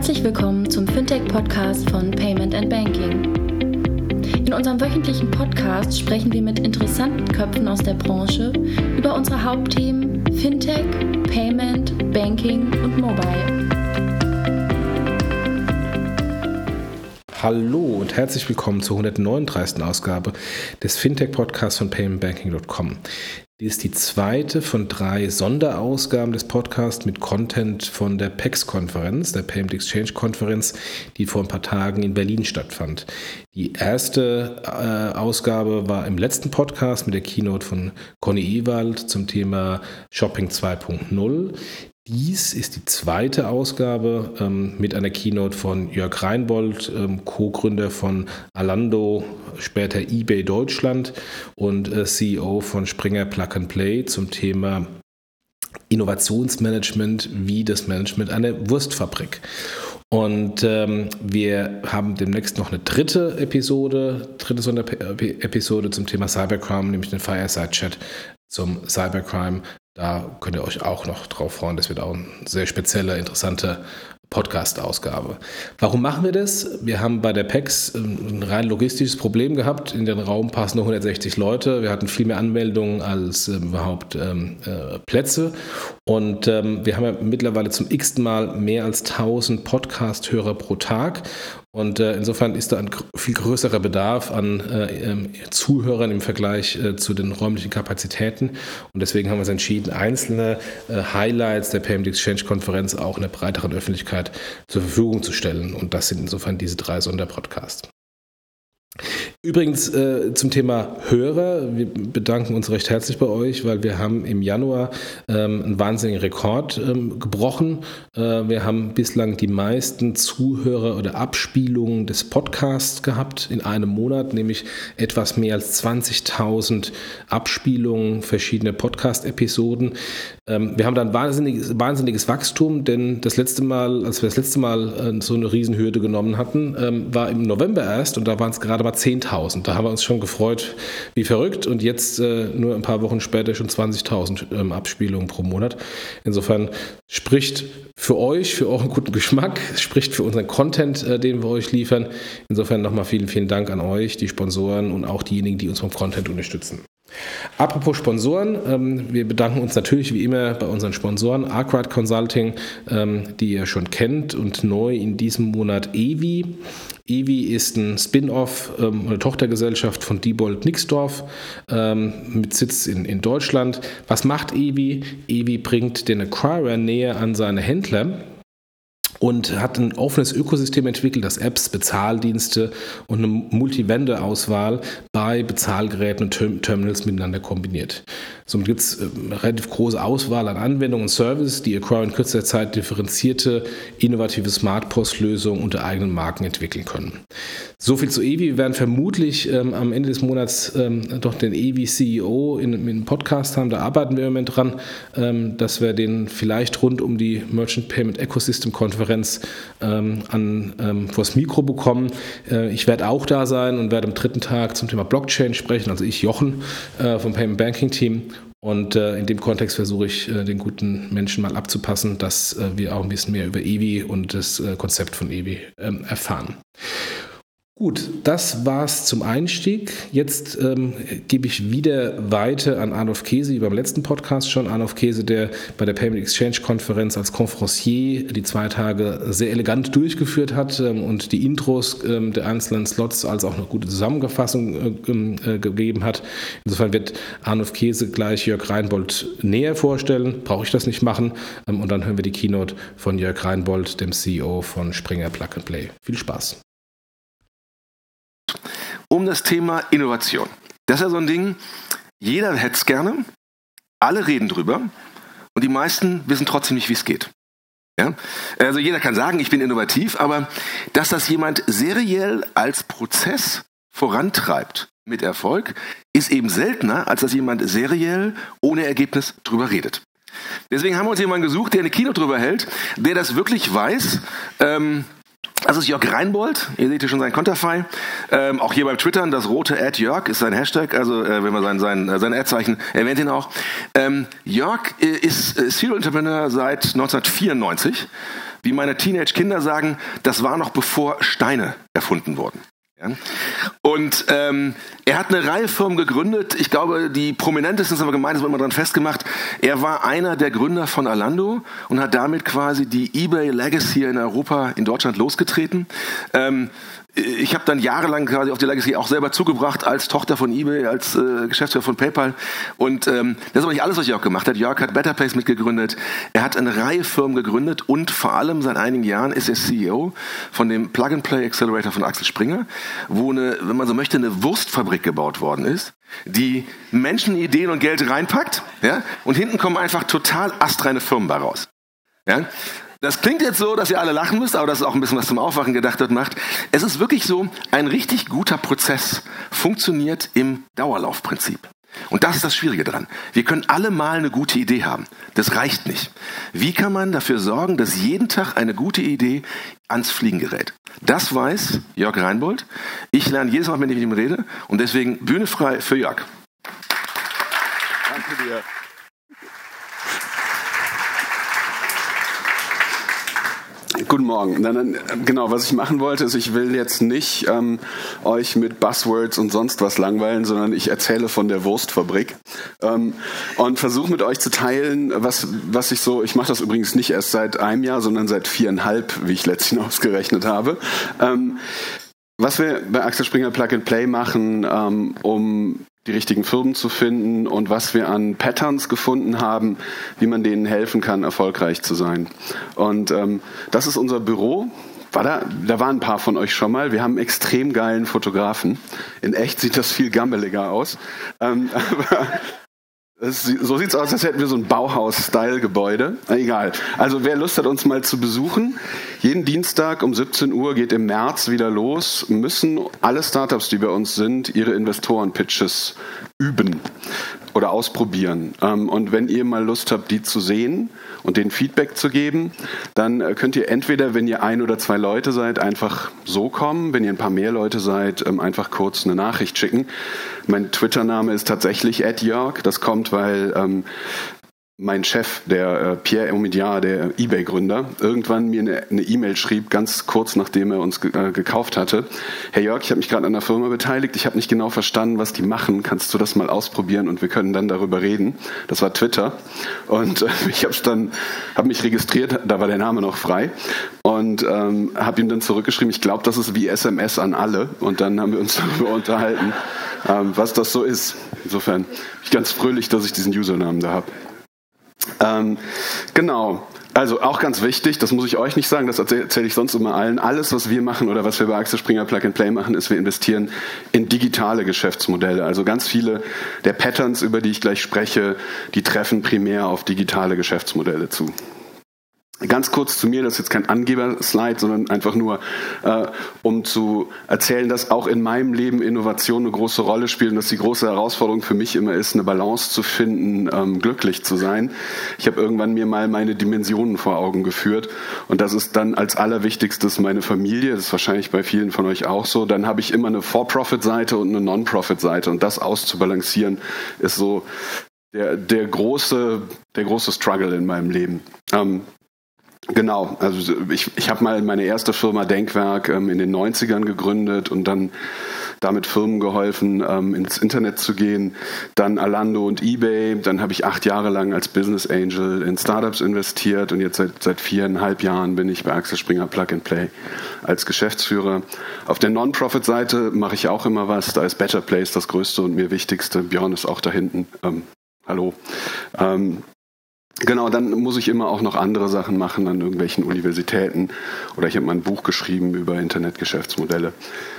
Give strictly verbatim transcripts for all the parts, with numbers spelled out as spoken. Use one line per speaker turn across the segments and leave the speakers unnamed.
Herzlich willkommen zum Fintech-Podcast von Payment and Banking. In unserem wöchentlichen Podcast sprechen wir mit interessanten Köpfen aus der Branche über unsere Hauptthemen Fintech, Payment, Banking und Mobile.
Hallo und herzlich willkommen zur hundertneununddreißigsten Ausgabe des Fintech-Podcasts von payment banking punkt com. Dies ist die zweite von drei Sonderausgaben des Podcasts mit Content von der P E X-Konferenz, der Payment Exchange Konferenz, die vor ein paar Tagen in Berlin stattfand. Die erste äh, Ausgabe war im letzten Podcast mit der Keynote von Conny Ewald zum Thema Shopping zwei Punkt null. Dies ist die zweite Ausgabe ähm, mit einer Keynote von Jörg Reinbold, ähm, Co-Gründer von Alando, später eBay Deutschland und äh, C E O von Springer Plug and Play zum Thema Innovationsmanagement wie das Management einer Wurstfabrik. Und ähm, wir haben demnächst noch eine dritte Episode, dritte Sonderepisode zum Thema Cybercrime, nämlich den Fireside Chat zum Cybercrime. Da könnt ihr euch auch noch drauf freuen. Das wird auch eine sehr spezielle, interessante Podcast-Ausgabe. Warum machen wir das? Wir haben bei der P E X ein rein logistisches Problem gehabt. In den Raum passen nur hundertsechzig Leute. Wir hatten viel mehr Anmeldungen als äh, überhaupt ähm, äh, Plätze. Und ähm, wir haben ja mittlerweile zum x-ten Mal mehr als tausend Podcast-Hörer pro Tag. Und äh, insofern ist da ein viel größerer Bedarf an äh, äh, Zuhörern im Vergleich äh, zu den räumlichen Kapazitäten. Und deswegen haben wir uns entschieden, einzelne äh, Highlights der Payment Exchange Konferenz auch in der breiteren Öffentlichkeit zur Verfügung zu stellen. Und das sind insofern diese drei Sonderpodcasts. Übrigens äh, zum Thema Hörer, wir bedanken uns recht herzlich bei euch, weil wir haben im Januar ähm, einen wahnsinnigen Rekord ähm, gebrochen. Äh, wir haben bislang die meisten Zuhörer oder Abspielungen des Podcasts gehabt in einem Monat, nämlich etwas mehr als zwanzigtausend Abspielungen verschiedener Podcast-Episoden. Ähm, wir haben dann wahnsinniges, wahnsinniges Wachstum, denn das letzte Mal, als wir das letzte Mal äh, so eine Riesenhürde genommen hatten, ähm, war im November erst und da waren es gerade mal zehntausend. Da haben wir uns schon gefreut wie verrückt und jetzt äh, nur ein paar Wochen später schon zwanzigtausend ähm, Abspielungen pro Monat. Insofern spricht für euch, für euren guten Geschmack, spricht für unseren Content, äh, den wir euch liefern. Insofern nochmal vielen, vielen Dank an euch, die Sponsoren und auch diejenigen, die uns vom Content unterstützen. Apropos Sponsoren, ähm, wir bedanken uns natürlich wie immer bei unseren Sponsoren Arkwright Consulting, ähm, die ihr schon kennt, und neu in diesem Monat Evi. Evi ist ein Spin-off, ähm, eine Tochtergesellschaft von Diebold Nixdorf ähm, mit Sitz in, in Deutschland. Was macht Evi? Evi bringt den Acquirer näher an seine Händler und hat ein offenes Ökosystem entwickelt, das Apps, Bezahldienste und eine Multi-Vendor-Auswahl bei Bezahlgeräten und Term- Terminals miteinander kombiniert. Somit gibt es eine relativ große Auswahl an Anwendungen und Services, die Acquirer in kürzester Zeit differenzierte, innovative Smart-Post-Lösungen unter eigenen Marken entwickeln können. So viel zu Evi. Wir werden vermutlich ähm, am Ende des Monats ähm, doch den Evi-C E O in, in einem Podcast haben. Da arbeiten wir im Moment dran, ähm, dass wir den vielleicht rund um die Merchant Payment Ecosystem Konferenz ähm, an ähm, vors Mikro bekommen. Äh, ich werde auch da sein und werde am dritten Tag zum Thema Blockchain sprechen, also ich, Jochen, äh, vom Payment Banking Team. Und äh, in dem Kontext versuche ich, äh, den guten Menschen mal abzupassen, dass äh, wir auch ein bisschen mehr über Evi und das äh, Konzept von Evi ähm, erfahren. Gut, das war's zum Einstieg. Jetzt ähm, gebe ich wieder weiter an Arnulf Käse, wie beim letzten Podcast schon. Arnulf Käse, der bei der Payment Exchange Konferenz als Conferencier die zwei Tage sehr elegant durchgeführt hat ähm, und die Intros ähm, der einzelnen Slots als auch eine gute Zusammenfassung äh, äh, gegeben hat. Insofern wird Arnulf Käse gleich Jörg Reinbold näher vorstellen. Brauche ich das nicht machen. Ähm, und dann hören wir die Keynote von Jörg Reinbold, dem C E O von Springer Plug and Play. Viel Spaß.
Um das Thema Innovation. Das ist ja so ein Ding, jeder hätte es gerne, alle reden drüber und die meisten wissen trotzdem nicht, wie es geht. Ja? Also jeder kann sagen, ich bin innovativ, aber dass das jemand seriell als Prozess vorantreibt mit Erfolg, ist eben seltener, als dass jemand seriell ohne Ergebnis drüber redet. Deswegen haben wir uns jemanden gesucht, der eine Keynote drüber hält, der das wirklich weiß. Ähm, Das ist Jörg Reinbold, ihr seht hier schon sein Konterfei. Ähm, auch hier beim Twittern, das rote Ad Jörg ist sein Hashtag, also äh, wenn man sein, sein, sein Ad-Zeichen erwähnt ihn auch. Ähm, Jörg ist äh, Serial Entrepreneur seit neunzehnhundertvierundneunzig, wie meine Teenage-Kinder sagen, das war noch bevor Steine erfunden wurden. Ja. Und ähm, er hat eine Reihe Firmen gegründet. Ich glaube, die prominentesten sind aber gemeint, das wird immer dran festgemacht. Er war einer der Gründer von Alando und hat damit quasi die eBay Legacy in Europa, in Deutschland losgetreten. Ähm, Ich habe dann jahrelang quasi auf die Legacy auch selber zugebracht, als Tochter von eBay, als äh, Geschäftsführer von PayPal. Und ähm, das ist aber nicht alles, was Jörg gemacht hat. Jörg hat Better Place mitgegründet. Er hat eine Reihe Firmen gegründet und vor allem seit einigen Jahren ist er C E O von dem Plug-and-Play Accelerator von Axel Springer, wo eine, wenn man so möchte, eine Wurstfabrik gebaut worden ist, die Menschen, Ideen und Geld reinpackt, ja, und hinten kommen einfach total astreine Firmen bei raus. Ja. Das klingt jetzt so, dass ihr alle lachen müsst, aber das ist auch ein bisschen was zum Aufwachen gedacht wird, macht. Es ist wirklich so, ein richtig guter Prozess funktioniert im Dauerlaufprinzip. Und das ist das Schwierige dran. Wir können alle mal eine gute Idee haben. Das reicht nicht. Wie kann man dafür sorgen, dass jeden Tag eine gute Idee ans Fliegen gerät? Das weiß Jörg Reinbold. Ich lerne jedes Mal, wenn ich mit ihm rede. Und deswegen Bühne frei für Jörg.
Danke dir. Guten Morgen. Dann, dann, genau, was ich machen wollte, ist, ich will jetzt nicht ähm, euch mit Buzzwords und sonst was langweilen, sondern ich erzähle von der Wurstfabrik ähm, und versuche mit euch zu teilen, was, was ich so, ich mache das übrigens nicht erst seit einem Jahr, sondern seit viereinhalb, wie ich letztens ausgerechnet habe, ähm, was wir bei Axel Springer Plug and Play machen, ähm, um die richtigen Firmen zu finden und was wir an Patterns gefunden haben, wie man denen helfen kann, erfolgreich zu sein. Und ähm, das ist unser Büro. War da, da waren ein paar von euch schon mal. Wir haben einen extrem geilen Fotografen. In echt sieht das viel gammeliger aus. Ähm, aber es, so sieht's aus, als hätten wir so ein Bauhaus-Style-Gebäude. Egal. Also wer Lust hat, uns mal zu besuchen, jeden Dienstag um siebzehn Uhr geht im März wieder los, müssen alle Startups, die bei uns sind, ihre Investoren-Pitches üben oder ausprobieren. Und wenn ihr mal Lust habt, die zu sehen und denen Feedback zu geben, dann könnt ihr entweder, wenn ihr ein oder zwei Leute seid, einfach so kommen. Wenn ihr ein paar mehr Leute seid, einfach kurz eine Nachricht schicken. Mein Twitter-Name ist tatsächlich at Jörg. Das kommt, weil ähm, mein Chef, der äh, Pierre Omidyar, der eBay-Gründer, irgendwann mir eine, eine E-Mail schrieb, ganz kurz nachdem er uns ge- äh, gekauft hatte. Herr Jörg, ich habe mich gerade an der Firma beteiligt. Ich habe nicht genau verstanden, was die machen. Kannst du das mal ausprobieren und wir können dann darüber reden? Das war Twitter. Und äh, ich habe dann, habe mich registriert, da war der Name noch frei. Und ähm, habe ihm dann zurückgeschrieben, ich glaube, das ist wie S M S an alle. Und dann haben wir uns darüber unterhalten, ähm, was das so ist. Insofern bin ich ganz fröhlich, dass ich diesen Usernamen da habe. Ähm, genau, also auch ganz wichtig, das muss ich euch nicht sagen, das erzähle ich sonst immer allen. Alles, was wir machen oder was wir bei Axel Springer Plug and Play machen, ist, wir investieren in digitale Geschäftsmodelle. Also ganz viele der Patterns, über die ich gleich spreche, die treffen primär auf digitale Geschäftsmodelle zu. Ganz kurz zu mir, das ist jetzt kein Angeber-Slide, sondern einfach nur, äh, um zu erzählen, dass auch in meinem Leben Innovation eine große Rolle spielt und dass die große Herausforderung für mich immer ist, eine Balance zu finden, ähm, glücklich zu sein. Ich habe irgendwann mir mal meine Dimensionen vor Augen geführt und das ist dann als allerwichtigstes meine Familie, das ist wahrscheinlich bei vielen von euch auch so. Dann habe ich immer eine For-Profit-Seite und eine Non-Profit-Seite und das auszubalancieren ist so der, der, große, der große Struggle in meinem Leben. Ähm, Genau, also ich, ich habe mal meine erste Firma Denkwerk ähm, in den neunzigern gegründet und dann damit Firmen geholfen, ähm, ins Internet zu gehen. Dann Alando und eBay. Dann habe ich acht Jahre lang als Business Angel in Startups investiert und jetzt seit, seit viereinhalb Jahren bin ich bei Axel Springer Plug and Play als Geschäftsführer. Auf der Non-Profit-Seite mache ich auch immer was. Da ist Better Place das größte und mir wichtigste. Björn ist auch da hinten. Ähm, hallo. Ähm, Genau, dann muss ich immer auch noch andere Sachen machen an irgendwelchen Universitäten oder ich habe mal ein Buch geschrieben über Internetgeschäftsmodelle.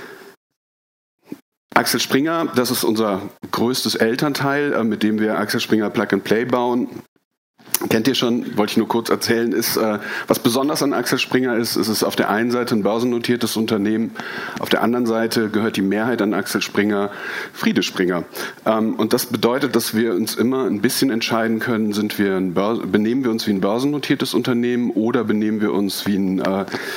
Axel Springer, das ist unser größtes Elternteil, mit dem wir Axel Springer Plug and Play bauen. Kennt ihr schon, wollte ich nur kurz erzählen, ist, äh, was besonders an Axel Springer ist, ist es auf der einen Seite ein börsennotiertes Unternehmen, auf der anderen Seite gehört die Mehrheit an Axel Springer Friede Springer. Ähm, und das bedeutet, dass wir uns immer ein bisschen entscheiden können, sind wir ein Börse, benehmen wir uns wie ein börsennotiertes Unternehmen oder benehmen wir uns wie ein, äh,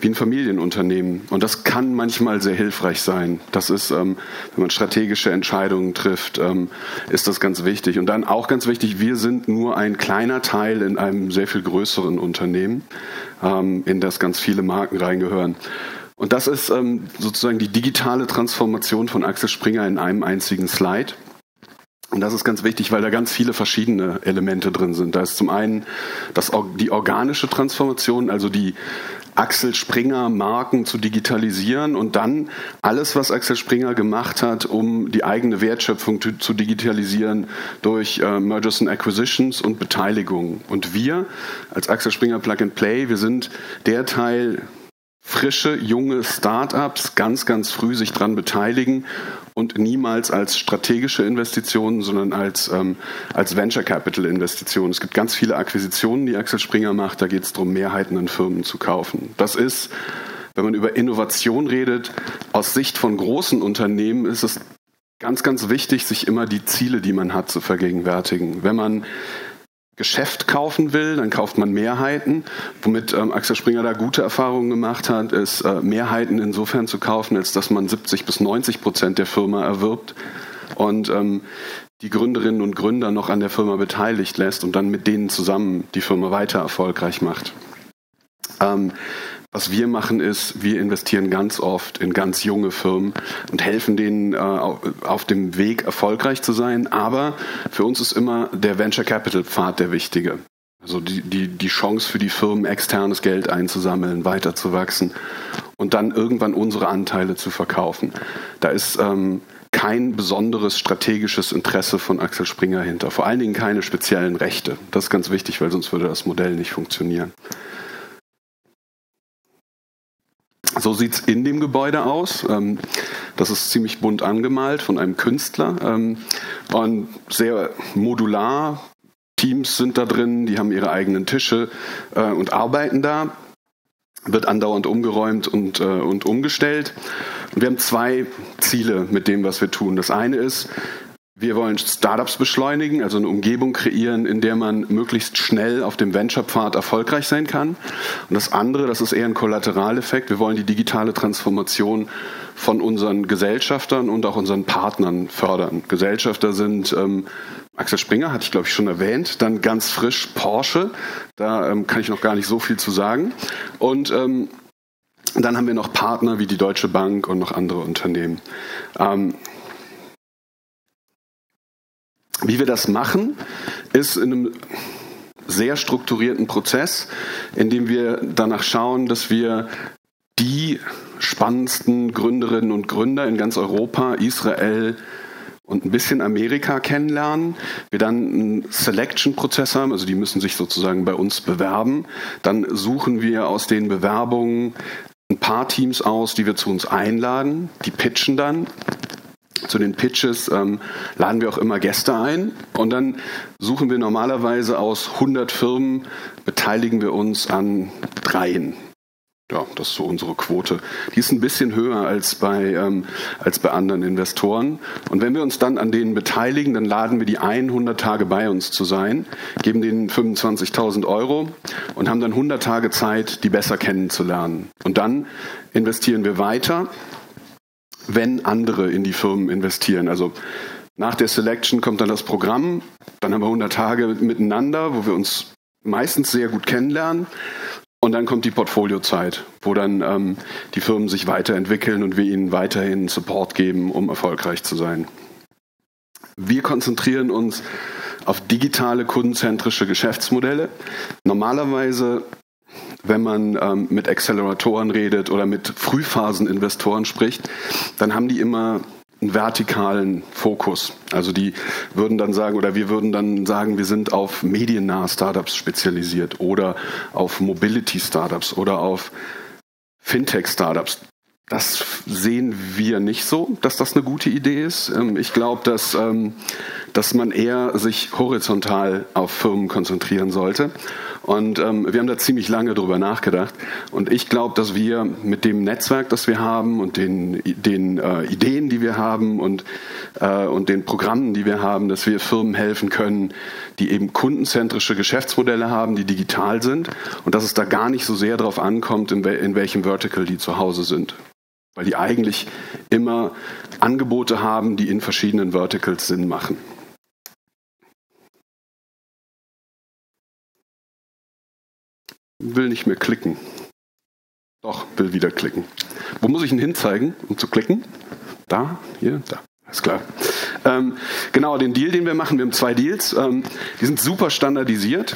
wie ein Familienunternehmen. Und das kann manchmal sehr hilfreich sein. Das ist, ähm, wenn man strategische Entscheidungen trifft, ähm, ist das ganz wichtig. Und dann auch ganz wichtig, wir sind nur ein kleiner Teil in einem sehr viel größeren Unternehmen, ähm, in das ganz viele Marken reingehören. Und das ist ähm, sozusagen die digitale Transformation von Axel Springer in einem einzigen Slide. Und das ist ganz wichtig, weil da ganz viele verschiedene Elemente drin sind. Da ist zum einen das, die organische Transformation, also die Axel Springer Marken zu digitalisieren und dann alles, was Axel Springer gemacht hat, um die eigene Wertschöpfung zu, zu digitalisieren durch äh, Mergers and Acquisitions und Beteiligung. Und wir als Axel Springer Plug and Play, wir sind der Teil, frische, junge Start-ups ganz, ganz früh sich dran beteiligen und niemals als strategische Investitionen, sondern als, ähm, als Venture Capital Investitionen. Es gibt ganz viele Akquisitionen, die Axel Springer macht. Da geht es darum, Mehrheiten an Firmen zu kaufen. Das ist, wenn man über Innovation redet, aus Sicht von großen Unternehmen ist es ganz, ganz wichtig, sich immer die Ziele, die man hat, zu vergegenwärtigen. Wenn man Geschäft kaufen will, dann kauft man Mehrheiten. Womit ähm, Axel Springer da gute Erfahrungen gemacht hat, ist äh, Mehrheiten insofern zu kaufen, als dass man siebzig bis neunzig Prozent der Firma erwirbt und ähm, die Gründerinnen und Gründer noch an der Firma beteiligt lässt und dann mit denen zusammen die Firma weiter erfolgreich macht. Ähm, Was wir machen ist, wir investieren ganz oft in ganz junge Firmen und helfen denen äh, auf dem Weg erfolgreich zu sein. Aber für uns ist immer der Venture Capital Pfad der wichtige. Also die, die, die Chance für die Firmen, externes Geld einzusammeln, weiterzuwachsen und dann irgendwann unsere Anteile zu verkaufen. Da ist ähm, kein besonderes strategisches Interesse von Axel Springer hinter. Vor allen Dingen keine speziellen Rechte. Das ist ganz wichtig, weil sonst würde das Modell nicht funktionieren. So sieht's in dem Gebäude aus. Das ist ziemlich bunt angemalt von einem Künstler und sehr modular. Teams sind da drin, die haben ihre eigenen Tische und arbeiten da. Wird andauernd umgeräumt und, und umgestellt. Und wir haben zwei Ziele mit dem, was wir tun. Das eine ist, wir wollen Startups beschleunigen, also eine Umgebung kreieren, in der man möglichst schnell auf dem Venture-Pfad erfolgreich sein kann. Und das andere, das ist eher ein Kollateraleffekt, wir wollen die digitale Transformation von unseren Gesellschaftern und auch unseren Partnern fördern. Gesellschafter sind ähm, Axel Springer, hatte ich glaube ich schon erwähnt, dann ganz frisch Porsche, da ähm, kann ich noch gar nicht so viel zu sagen. Und ähm, dann haben wir noch Partner wie die Deutsche Bank und noch andere Unternehmen. Ähm, Wie wir das machen, ist in einem sehr strukturierten Prozess, in dem wir danach schauen, dass wir die spannendsten Gründerinnen und Gründer in ganz Europa, Israel und ein bisschen Amerika kennenlernen. Wir dann einen Selection-Prozess haben, also die müssen sich sozusagen bei uns bewerben. Dann suchen wir aus den Bewerbungen ein paar Teams aus, die wir zu uns einladen. Die pitchen dann. Zu den Pitches ähm, laden wir auch immer Gäste ein und dann suchen wir normalerweise aus hundert Firmen, beteiligen wir uns an dreien. Ja, das ist so unsere Quote. Die ist ein bisschen höher als bei, ähm, als bei anderen Investoren. Und wenn wir uns dann an denen beteiligen, dann laden wir die ein, hundert Tage bei uns zu sein, geben denen fünfundzwanzigtausend Euro und haben dann hundert Tage Zeit, die besser kennenzulernen. Und dann investieren wir weiter, wenn andere in die Firmen investieren. Also nach der Selection kommt dann das Programm, dann haben wir hundert Tage miteinander, wo wir uns meistens sehr gut kennenlernen und dann kommt die Portfoliozeit, wo dann ähm, die Firmen sich weiterentwickeln und wir ihnen weiterhin Support geben, um erfolgreich zu sein. Wir konzentrieren uns auf digitale, kundenzentrische Geschäftsmodelle. Normalerweise, wenn man ähm, mit Acceleratoren redet oder mit Frühphaseninvestoren spricht, dann haben die immer einen vertikalen Fokus. Also die würden dann sagen, oder wir würden dann sagen, wir sind auf mediennahe Startups spezialisiert oder auf Mobility-Startups oder auf Fintech-Startups. Das sehen wir nicht so, dass das eine gute Idee ist. Ich glaube, dass, dass man eher sich horizontal auf Firmen konzentrieren sollte. Und ähm, wir haben da ziemlich lange drüber nachgedacht. Und ich glaube, dass wir mit dem Netzwerk, das wir haben und den, den äh, Ideen, die wir haben und, äh, und den Programmen, die wir haben, dass wir Firmen helfen können, die eben kundenzentrische Geschäftsmodelle haben, die digital sind. Und dass es da gar nicht so sehr drauf ankommt, in, wel- in welchem Vertical die zu Hause sind. Weil die eigentlich immer Angebote haben, die in verschiedenen Verticals Sinn machen. Will nicht mehr klicken. Doch, will wieder klicken. Wo muss ich ihn hinzeigen, um zu klicken? Da, hier, da. Ist klar. Ähm, genau, den Deal, den wir machen, wir haben zwei Deals. Ähm, die sind super standardisiert.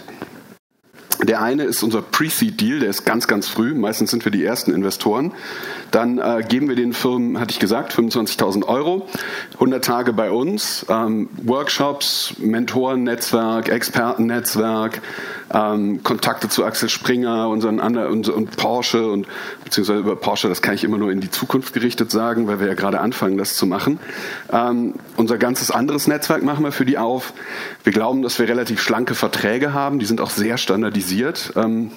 Der eine ist unser Pre-Seed-Deal, der ist ganz, ganz früh. Meistens sind wir die ersten Investoren. Dann äh, geben wir den Firmen, hatte ich gesagt, fünfundzwanzigtausend Euro, hundert Tage bei uns, ähm, Workshops, Mentorennetzwerk, Expertennetzwerk, ähm, Kontakte zu Axel Springer, unseren anderen und, und Porsche und beziehungsweise über Porsche, das kann ich immer nur in die Zukunft gerichtet sagen, weil wir ja gerade anfangen, das zu machen. Ähm, unser ganzes anderes Netzwerk machen wir für die auf. Wir glauben, dass wir relativ schlanke Verträge haben, die sind auch sehr standardisiert. Ähm,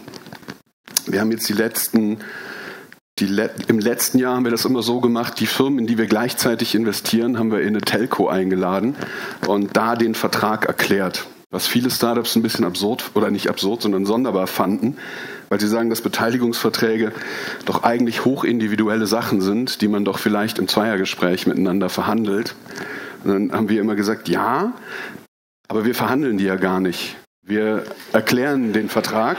wir haben jetzt die letzten Die Le- Im letzten Jahr haben wir das immer so gemacht, die Firmen, in die wir gleichzeitig investieren, haben wir in eine Telco eingeladen und da den Vertrag erklärt. Was viele Startups ein bisschen absurd, oder nicht absurd, sondern sonderbar fanden, weil sie sagen, dass Beteiligungsverträge doch eigentlich hochindividuelle Sachen sind, die man doch vielleicht im Zweiergespräch miteinander verhandelt. Und dann haben wir immer gesagt, ja, aber wir verhandeln die ja gar nicht. Wir erklären den Vertrag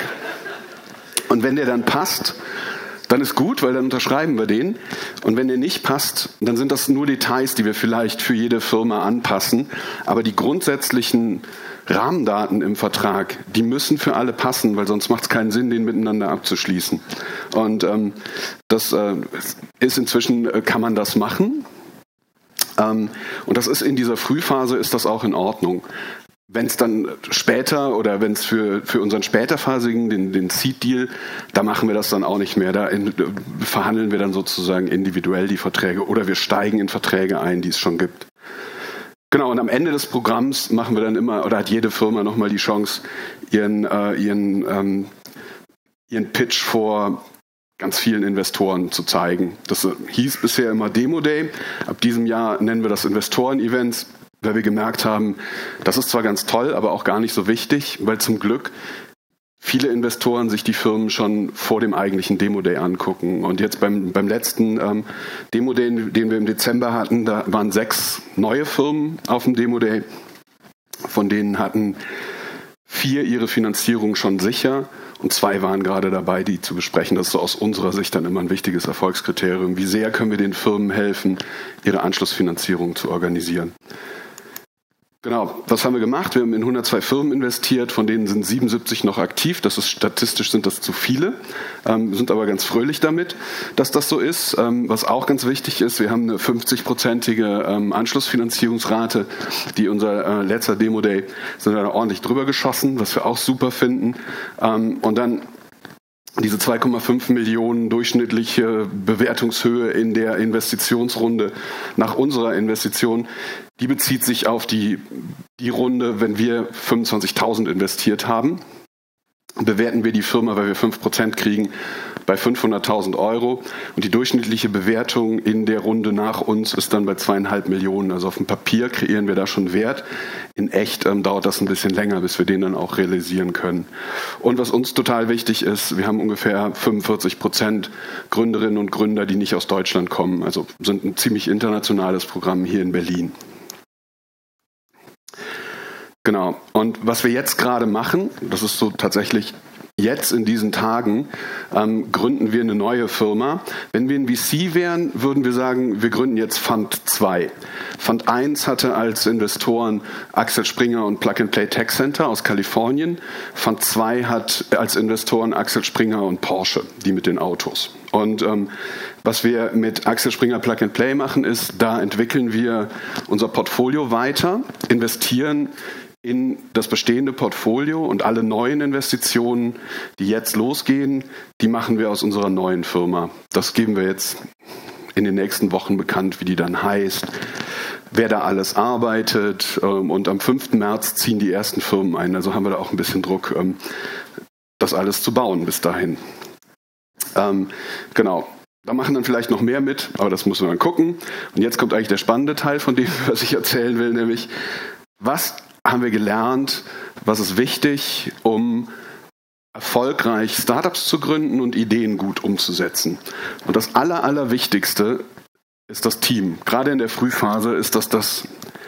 und wenn der dann passt, dann ist gut, weil dann unterschreiben wir den. Und wenn der nicht passt, dann sind das nur Details, die wir vielleicht für jede Firma anpassen. Aber die grundsätzlichen Rahmendaten im Vertrag, die müssen für alle passen, weil sonst macht es keinen Sinn, den miteinander abzuschließen. Und ähm, das äh, ist inzwischen, äh, kann man das machen. Ähm, und das ist in dieser Frühphase, ist das auch in Ordnung. Wenn es dann später oder wenn es für, für unseren späterphasigen, den, den Seed-Deal, da machen wir das dann auch nicht mehr. Da in, verhandeln wir dann sozusagen individuell die Verträge oder wir steigen in Verträge ein, die es schon gibt. Genau, und am Ende des Programms machen wir dann immer, oder hat jede Firma nochmal die Chance, ihren, äh, ihren, ähm, ihren Pitch vor ganz vielen Investoren zu zeigen. Das hieß bisher immer Demo Day. Ab diesem Jahr nennen wir das Investoren-Events, weil wir gemerkt haben, das ist zwar ganz toll, aber auch gar nicht so wichtig, weil zum Glück viele Investoren sich die Firmen schon vor dem eigentlichen Demo-Day angucken. Und jetzt beim, beim letzten ähm, Demo-Day, den wir im Dezember hatten, da waren sechs neue Firmen auf dem Demo-Day. Von denen hatten vier ihre Finanzierung schon sicher und zwei waren gerade dabei, die zu besprechen. Das ist so aus unserer Sicht dann immer ein wichtiges Erfolgskriterium. Wie sehr können wir den Firmen helfen, ihre Anschlussfinanzierung zu organisieren? Genau, was haben wir gemacht? Wir haben in hundertzwei Firmen investiert, von denen sind siebenundsiebzig noch aktiv. Das ist statistisch sind das zu viele, ähm, sind aber ganz fröhlich damit, dass das so ist. Ähm, was auch ganz wichtig ist, wir haben eine fünfzig-prozentige ähm, Anschlussfinanzierungsrate, die unser äh, letzter Demo-Day sind wir da ordentlich drüber geschossen, was wir auch super finden. Ähm, und dann diese zwei Komma fünf Millionen durchschnittliche Bewertungshöhe in der Investitionsrunde nach unserer Investition, die bezieht sich auf die, die Runde, wenn wir fünfundzwanzigtausend investiert haben. Bewerten wir die Firma, weil wir fünf Prozent kriegen, bei fünfhunderttausend Euro. Und die durchschnittliche Bewertung in der Runde nach uns ist dann bei zweieinhalb Millionen. Also auf dem Papier kreieren wir da schon Wert. In echt ähm, dauert das ein bisschen länger, bis wir den dann auch realisieren können. Und was uns total wichtig ist, wir haben ungefähr fünfundvierzig Prozent Gründerinnen und Gründer, die nicht aus Deutschland kommen. Also sind ein ziemlich internationales Programm hier in Berlin. Genau. Und was wir jetzt gerade machen, das ist so tatsächlich jetzt in diesen Tagen, ähm, gründen wir eine neue Firma. Wenn wir ein V C wären, würden wir sagen, wir gründen jetzt Fund zwei. Fund eins hatte als Investoren Axel Springer und Plug and Play Tech Center aus Kalifornien. Fund zwei hat als Investoren Axel Springer und Porsche, die mit den Autos. Und ähm, was wir mit Axel Springer Plug and Play machen, ist, da entwickeln wir unser Portfolio weiter, investieren in das bestehende Portfolio und alle neuen Investitionen, die jetzt losgehen, die machen wir aus unserer neuen Firma. Das geben wir jetzt in den nächsten Wochen bekannt, wie die dann heißt, wer da alles arbeitet. Und am fünften März ziehen die ersten Firmen ein. Also haben wir da auch ein bisschen Druck, das alles zu bauen bis dahin. Ähm, genau. Da machen dann vielleicht noch mehr mit, aber das muss man dann gucken. Und jetzt kommt eigentlich der spannende Teil von dem, was ich erzählen will, nämlich, was haben wir gelernt, was ist wichtig, um erfolgreich Startups zu gründen und Ideen gut umzusetzen. Und das Aller, Allerwichtigste ist das Team. Gerade in der Frühphase ist das das,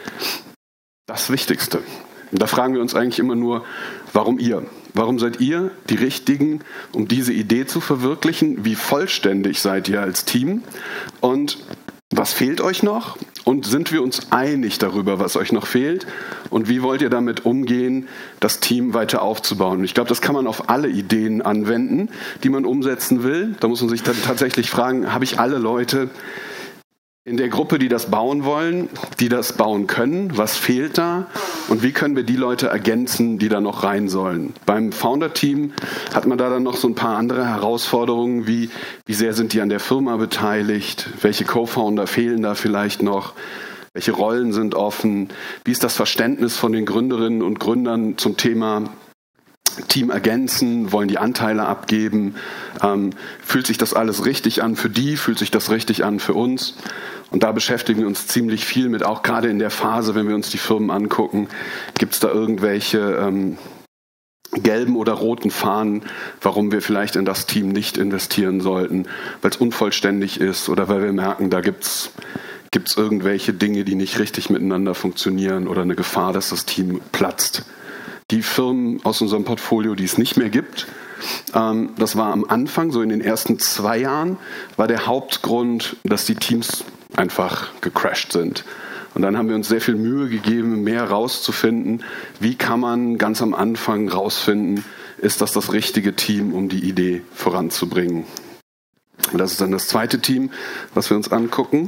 das Wichtigste. Und da fragen wir uns eigentlich immer nur, warum ihr? Warum seid ihr die Richtigen, um diese Idee zu verwirklichen? Wie vollständig seid ihr als Team? Und was fehlt euch noch? Und sind wir uns einig darüber, was euch noch fehlt? Und wie wollt ihr damit umgehen, das Team weiter aufzubauen? Ich glaube, das kann man auf alle Ideen anwenden, die man umsetzen will. Da muss man sich dann tatsächlich fragen, habe ich alle Leute in der Gruppe, die das bauen wollen, die das bauen können? Was fehlt da? Und wie können wir die Leute ergänzen, die da noch rein sollen? Beim Founder-Team hat man da dann noch so ein paar andere Herausforderungen, wie wie sehr sind die an der Firma beteiligt? Welche Co-Founder fehlen da vielleicht noch? Welche Rollen sind offen? Wie ist das Verständnis von den Gründerinnen und Gründern zum Thema Team ergänzen? Wollen die Anteile abgeben? Ähm, fühlt sich das alles richtig an für die? Fühlt sich das richtig an für uns? Und da beschäftigen wir uns ziemlich viel mit, auch gerade in der Phase, wenn wir uns die Firmen angucken, gibt es da irgendwelche ähm, gelben oder roten Fahnen, warum wir vielleicht in das Team nicht investieren sollten, weil es unvollständig ist oder weil wir merken, da gibt es gibt's irgendwelche Dinge, die nicht richtig miteinander funktionieren oder eine Gefahr, dass das Team platzt. Die Firmen aus unserem Portfolio, die es nicht mehr gibt, ähm, das war am Anfang, so in den ersten zwei Jahren, war der Hauptgrund, dass die Teams einfach gecrashed sind. Und dann haben wir uns sehr viel Mühe gegeben, mehr rauszufinden, wie kann man ganz am Anfang rausfinden, ist das das richtige Team, um die Idee voranzubringen. Und das ist dann das zweite Team, was wir uns angucken.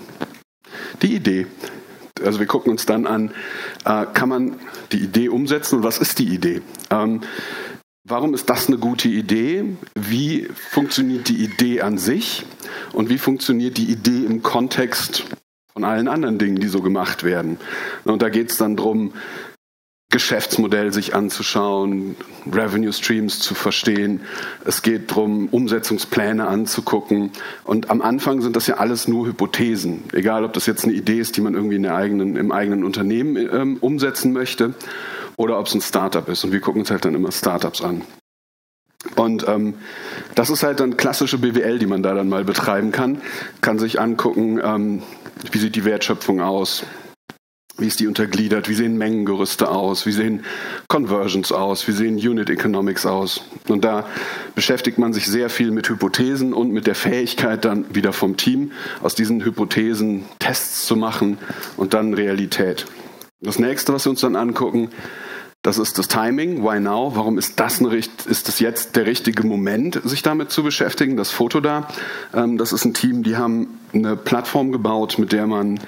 Die Idee. Also wir gucken uns dann an, äh, kann man die Idee umsetzen und was ist die Idee? Ähm, warum ist das eine gute Idee? Wie funktioniert die Idee an sich? Und wie funktioniert die Idee im Kontext von allen anderen Dingen, die so gemacht werden? Und da geht es dann darum, Geschäftsmodell sich anzuschauen, Revenue Streams zu verstehen. Es geht darum, Umsetzungspläne anzugucken. Und am Anfang sind das ja alles nur Hypothesen. Egal, ob das jetzt eine Idee ist, die man irgendwie in der eigenen, im eigenen Unternehmen ähm, umsetzen möchte oder ob es ein Startup ist. Und wir gucken uns halt dann immer Startups an. Und ähm, das ist halt dann klassische B W L, die man da dann mal betreiben kann. Kann sich angucken, ähm, wie sieht die Wertschöpfung aus, wie ist die untergliedert, wie sehen Mengengerüste aus, wie sehen Conversions aus, wie sehen Unit Economics aus. Und da beschäftigt man sich sehr viel mit Hypothesen und mit der Fähigkeit dann wieder vom Team, aus diesen Hypothesen Tests zu machen und dann Realität. Das nächste, was wir uns dann angucken, das ist das Timing. Why now? Warum ist das, eine, ist das jetzt der richtige Moment, sich damit zu beschäftigen? Das Foto da, ähm, das ist ein Team, die haben eine Plattform gebaut, mit der man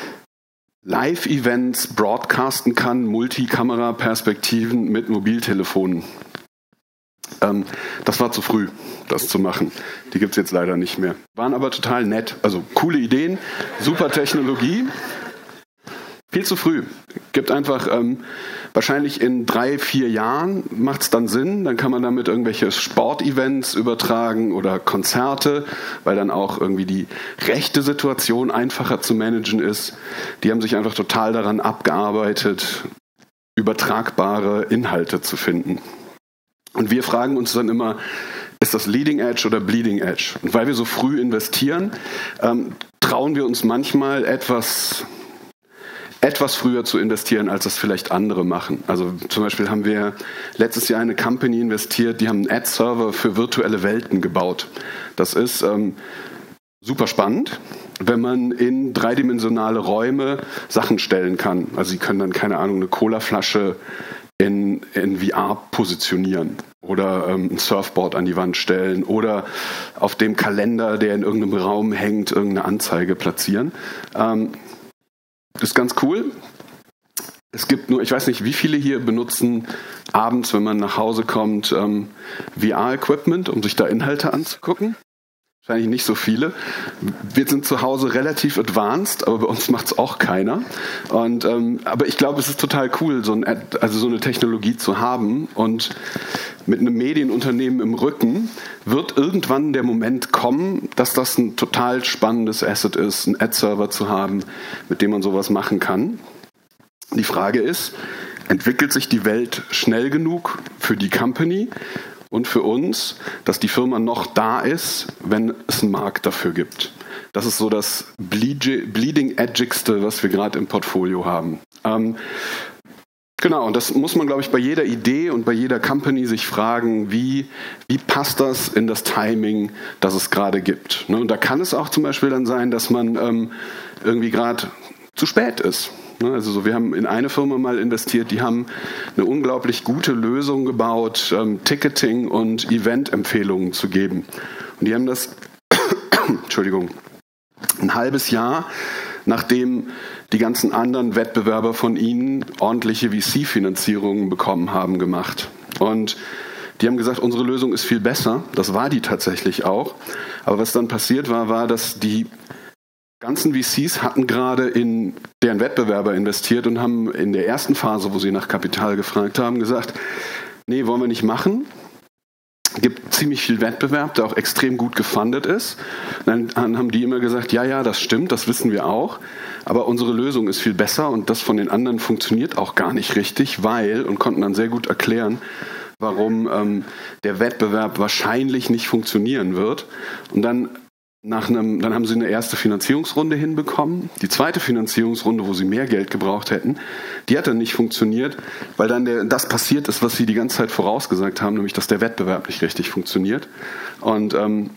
Live-Events broadcasten kann, Multikamera-Perspektiven mit Mobiltelefonen. Ähm, das war zu früh, das zu machen. Die gibt es jetzt leider nicht mehr. Waren aber total nett. Also coole Ideen, super Technologie. Viel zu früh. Gibt einfach, ähm, wahrscheinlich in drei, vier Jahren macht es dann Sinn. Dann kann man damit irgendwelche Sportevents übertragen oder Konzerte, weil dann auch irgendwie die rechte Situation einfacher zu managen ist. Die haben sich einfach total daran abgearbeitet, übertragbare Inhalte zu finden. Und wir fragen uns dann immer, ist das Leading Edge oder Bleeding Edge? Und weil wir so früh investieren, ähm, trauen wir uns manchmal etwas... etwas früher zu investieren, als das vielleicht andere machen. Also zum Beispiel haben wir letztes Jahr in eine Company investiert, die haben einen Ad-Server für virtuelle Welten gebaut. Das ist ähm, super spannend, wenn man in dreidimensionale Räume Sachen stellen kann. Also sie können dann, keine Ahnung, eine Colaflasche in, in V R positionieren oder ähm, ein Surfboard an die Wand stellen oder auf dem Kalender, der in irgendeinem Raum hängt, irgendeine Anzeige platzieren. Ähm, Das ist ganz cool. Es gibt nur, ich weiß nicht, wie viele hier benutzen abends, wenn man nach Hause kommt, ähm, V R-Equipment, um sich da Inhalte anzugucken. Wahrscheinlich nicht so viele. Wir sind zu Hause relativ advanced, aber bei uns macht es auch keiner. Und, ähm, aber ich glaube, es ist total cool, so, ein, also so eine Technologie zu haben. Und mit einem Medienunternehmen im Rücken wird irgendwann der Moment kommen, dass das ein total spannendes Asset ist, einen Ad-Server zu haben, mit dem man sowas machen kann. Die Frage ist, entwickelt sich die Welt schnell genug für die Company und für uns, dass die Firma noch da ist, wenn es einen Markt dafür gibt? Das ist so das Bleeding-Edgigste, was wir gerade im Portfolio haben. Ähm, genau, und das muss man, glaube ich, bei jeder Idee und bei jeder Company sich fragen, wie, wie passt das in das Timing, das es gerade gibt? Ne? Und da kann es auch zum Beispiel dann sein, dass man ähm, irgendwie gerade zu spät ist. Also so, wir haben in eine Firma mal investiert, die haben eine unglaublich gute Lösung gebaut, ähm, Ticketing und Event-Empfehlungen zu geben. Und die haben das, Entschuldigung, ein halbes Jahr, nachdem die ganzen anderen Wettbewerber von ihnen ordentliche V C-Finanzierungen bekommen haben, gemacht. Und die haben gesagt, unsere Lösung ist viel besser. Das war die tatsächlich auch. Aber was dann passiert war, war, dass die ganzen V Cs hatten gerade in deren Wettbewerber investiert und haben in der ersten Phase, wo sie nach Kapital gefragt haben, gesagt, nee, wollen wir nicht machen. Gibt ziemlich viel Wettbewerb, der auch extrem gut gefundet ist. Dann haben die immer gesagt, ja, ja, das stimmt, das wissen wir auch, aber unsere Lösung ist viel besser und das von den anderen funktioniert auch gar nicht richtig, weil, und konnten dann sehr gut erklären, warum ähm, der Wettbewerb wahrscheinlich nicht funktionieren wird. Und dann Nach einem, dann haben sie eine erste Finanzierungsrunde hinbekommen. Die zweite Finanzierungsrunde, wo sie mehr Geld gebraucht hätten, die hat dann nicht funktioniert, weil dann der, das passiert ist, was sie die ganze Zeit vorausgesagt haben, nämlich dass der Wettbewerb nicht richtig funktioniert. Und, ähm,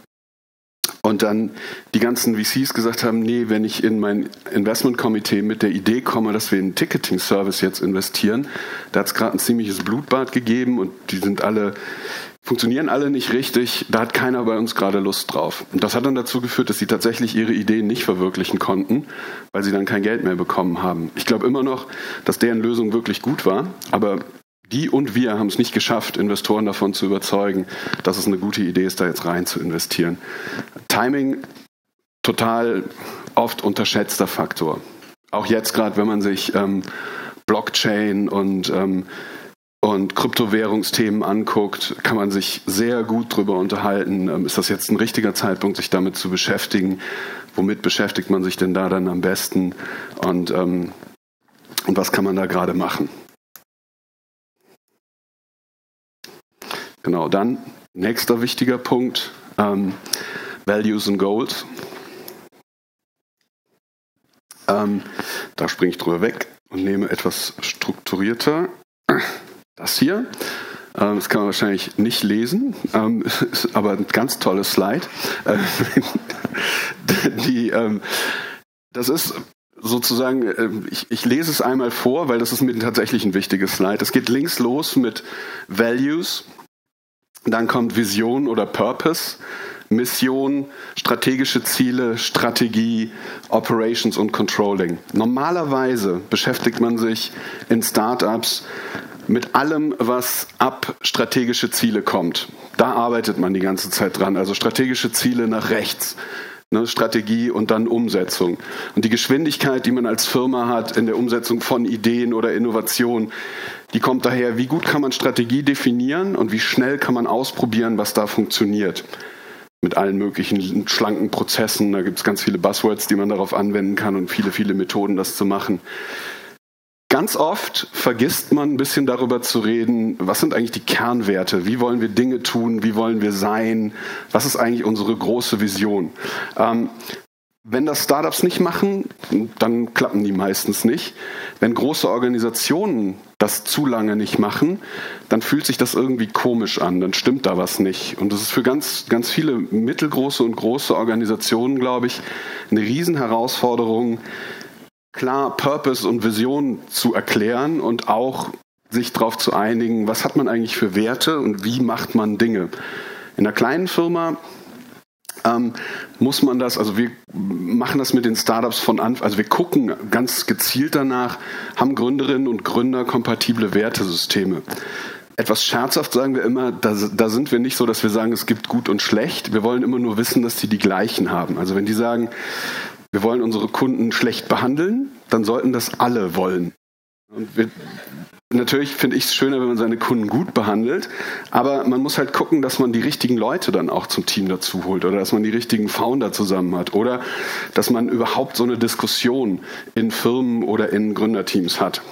und dann die ganzen V Cs gesagt haben, nee, wenn ich in mein Investmentkomitee mit der Idee komme, dass wir in einen Ticketing-Service jetzt investieren, da hat es gerade ein ziemliches Blutbad gegeben und die sind alle... funktionieren alle nicht richtig, da hat keiner bei uns gerade Lust drauf. Und das hat dann dazu geführt, dass sie tatsächlich ihre Ideen nicht verwirklichen konnten, weil sie dann kein Geld mehr bekommen haben. Ich glaube immer noch, dass deren Lösung wirklich gut war, aber die und wir haben es nicht geschafft, Investoren davon zu überzeugen, dass es eine gute Idee ist, da jetzt rein zu investieren. Timing, total oft unterschätzter Faktor. Auch jetzt gerade, wenn man sich ähm, Blockchain und ähm, und Kryptowährungsthemen anguckt, kann man sich sehr gut drüber unterhalten. Ist das jetzt ein richtiger Zeitpunkt, sich damit zu beschäftigen? Womit beschäftigt man sich denn da dann am besten? Und, ähm, und was kann man da gerade machen? Genau, dann nächster wichtiger Punkt, ähm, Values and Goals. Ähm, da springe ich drüber weg und nehme etwas strukturierter. Das hier, ähm, das kann man wahrscheinlich nicht lesen, ähm, ist aber ein ganz tolles Slide. Äh, die, ähm, das ist sozusagen, äh, ich, ich lese es einmal vor, weil das ist mir tatsächlich ein wichtiges Slide. Es geht links los mit Values, dann kommt Vision oder Purpose, Mission, strategische Ziele, Strategie, Operations und Controlling. Normalerweise beschäftigt man sich in Startups mit allem, was ab strategische Ziele kommt. Da arbeitet man die ganze Zeit dran. Also strategische Ziele nach rechts, ne, Strategie und dann Umsetzung. Und die Geschwindigkeit, die man als Firma hat in der Umsetzung von Ideen oder Innovation, die kommt daher, wie gut kann man Strategie definieren und wie schnell kann man ausprobieren, was da funktioniert. Mit allen möglichen schlanken Prozessen. Da gibt es ganz viele Buzzwords, die man darauf anwenden kann und viele, viele Methoden, das zu machen. Ganz oft vergisst man ein bisschen darüber zu reden, was sind eigentlich die Kernwerte? Wie wollen wir Dinge tun? Wie wollen wir sein? Was ist eigentlich unsere große Vision? Ähm, wenn das Startups nicht machen, dann klappen die meistens nicht. Wenn große Organisationen das zu lange nicht machen, dann fühlt sich das irgendwie komisch an, dann stimmt da was nicht. Und das ist für ganz, ganz viele mittelgroße und große Organisationen, glaube ich, eine Riesenherausforderung, klar Purpose und Vision zu erklären und auch sich darauf zu einigen, was hat man eigentlich für Werte und wie macht man Dinge. In einer kleinen Firma ähm, muss man das, also wir machen das mit den Startups von Anfang, also wir gucken ganz gezielt danach, haben Gründerinnen und Gründer kompatible Wertesysteme. Etwas scherzhaft sagen wir immer, da, da sind wir nicht so, dass wir sagen, es gibt gut und schlecht. Wir wollen immer nur wissen, dass die die gleichen haben. Also wenn die sagen, wir wollen unsere Kunden schlecht behandeln, dann sollten das alle wollen. Und wir, natürlich finde ich es schöner, wenn man seine Kunden gut behandelt, aber man muss halt gucken, dass man die richtigen Leute dann auch zum Team dazu holt oder dass man die richtigen Founder zusammen hat oder dass man überhaupt so eine Diskussion in Firmen oder in Gründerteams hat.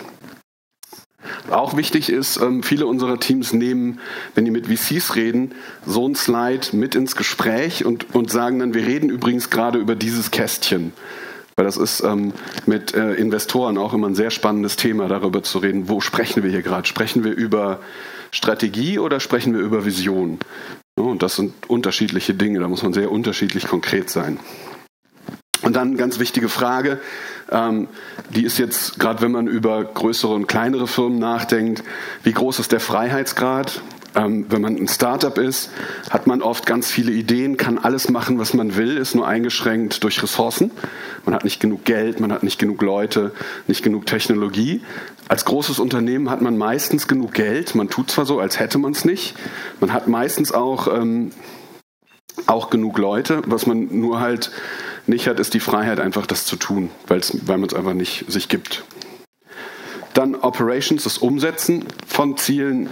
Auch wichtig ist, viele unserer Teams nehmen, wenn die mit V Cs reden, so ein Slide mit ins Gespräch und, und sagen dann, wir reden übrigens gerade über dieses Kästchen. Weil das ist ähm, mit äh, Investoren auch immer ein sehr spannendes Thema, darüber zu reden, wo sprechen wir hier gerade? Sprechen wir über Strategie oder sprechen wir über Vision? Ja, und das sind unterschiedliche Dinge, da muss man sehr unterschiedlich konkret sein. Und dann eine ganz wichtige Frage, ähm, die ist jetzt, gerade wenn man über größere und kleinere Firmen nachdenkt, wie groß ist der Freiheitsgrad? Ähm, wenn man ein Startup ist, hat man oft ganz viele Ideen, kann alles machen, was man will, ist nur eingeschränkt durch Ressourcen. Man hat nicht genug Geld, man hat nicht genug Leute, nicht genug Technologie. Als großes Unternehmen hat man meistens genug Geld. Man tut zwar so, als hätte man es nicht. Man hat meistens auch, ähm, auch genug Leute. Was man nur halt nicht hat, ist die Freiheit, einfach das zu tun, weil's, weil man es einfach nicht sich gibt. Dann Operations, das Umsetzen von Zielen,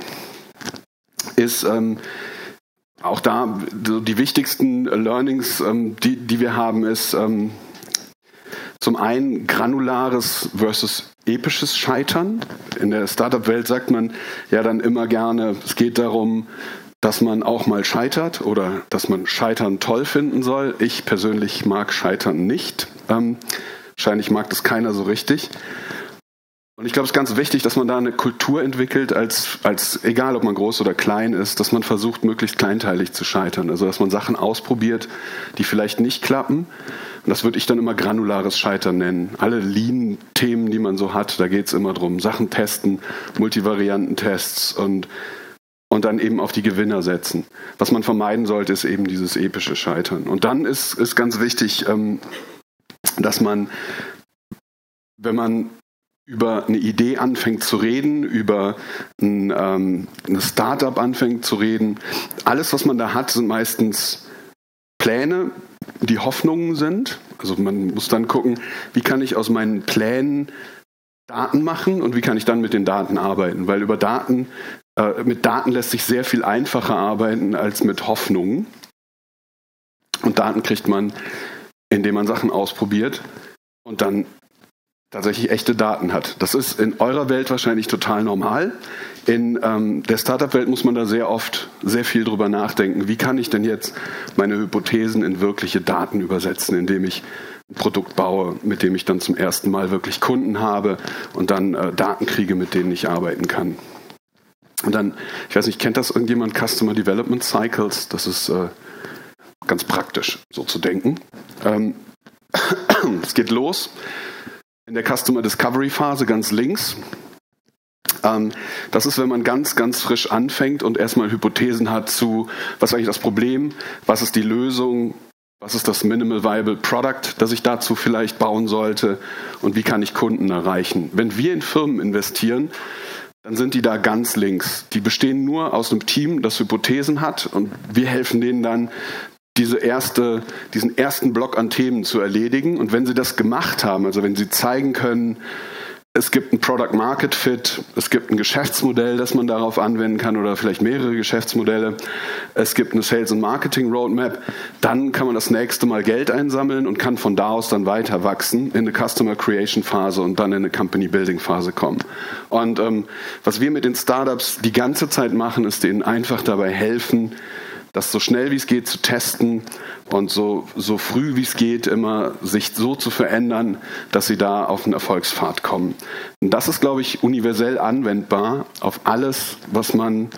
ist ähm, auch da die wichtigsten Learnings, ähm, die, die wir haben, ist ähm, zum einen granulares versus episches Scheitern. In der Startup-Welt sagt man ja dann immer gerne, es geht darum, dass man auch mal scheitert oder dass man Scheitern toll finden soll. Ich persönlich mag Scheitern nicht. Ähm, wahrscheinlich mag das keiner so richtig. Und ich glaube, es ist ganz wichtig, dass man da eine Kultur entwickelt, als, als egal ob man groß oder klein ist, dass man versucht, möglichst kleinteilig zu scheitern. Also dass man Sachen ausprobiert, die vielleicht nicht klappen. Und das würde ich dann immer granulares Scheitern nennen. Alle Lean-Themen, die man so hat, da geht es immer drum. Sachen testen, Multivariantentests und, und dann eben auf die Gewinner setzen. Was man vermeiden sollte, ist eben dieses epische Scheitern. Und dann ist, ist ganz wichtig, ähm, dass man, wenn man über eine Idee anfängt zu reden, über ein ähm, eine Startup anfängt zu reden. Alles, was man da hat, sind meistens Pläne, die Hoffnungen sind. Also man muss dann gucken, wie kann ich aus meinen Plänen Daten machen und wie kann ich dann mit den Daten arbeiten. Weil über Daten, äh, mit Daten lässt sich sehr viel einfacher arbeiten als mit Hoffnungen. Und Daten kriegt man, indem man Sachen ausprobiert und dann tatsächlich echte Daten hat. Das ist in eurer Welt wahrscheinlich total normal. In ähm, der Startup-Welt muss man da sehr oft sehr viel drüber nachdenken. Wie kann ich denn jetzt meine Hypothesen in wirkliche Daten übersetzen, indem ich ein Produkt baue, mit dem ich dann zum ersten Mal wirklich Kunden habe und dann äh, Daten kriege, mit denen ich arbeiten kann. Und dann, ich weiß nicht, kennt das irgendjemand, Customer Development Cycles? Das ist äh, ganz praktisch, so zu denken. Ähm, es geht los in der Customer Discovery Phase ganz links. Ähm, das ist, wenn man ganz, ganz frisch anfängt und erstmal Hypothesen hat zu, was ist eigentlich das Problem, was ist die Lösung, was ist das Minimal Viable Product, das ich dazu vielleicht bauen sollte und wie kann ich Kunden erreichen. Wenn wir in Firmen investieren, dann sind die da ganz links. Die bestehen nur aus einem Team, das Hypothesen hat und wir helfen denen dann, diese erste, diesen ersten Block an Themen zu erledigen. Und wenn sie das gemacht haben, also wenn sie zeigen können, es gibt ein Product Market Fit, es gibt ein Geschäftsmodell, das man darauf anwenden kann oder vielleicht mehrere Geschäftsmodelle, es gibt eine Sales and Marketing Roadmap, dann kann man das nächste Mal Geld einsammeln und kann von da aus dann weiter wachsen in eine Customer Creation Phase und dann in eine Company Building Phase kommen. Und ähm, was wir mit den Startups die ganze Zeit machen, ist denen einfach dabei helfen, das so schnell wie es geht zu testen und so, so früh wie es geht immer sich so zu verändern, dass sie da auf einen Erfolgspfad kommen. Und das ist, glaube ich, universell anwendbar auf alles, was man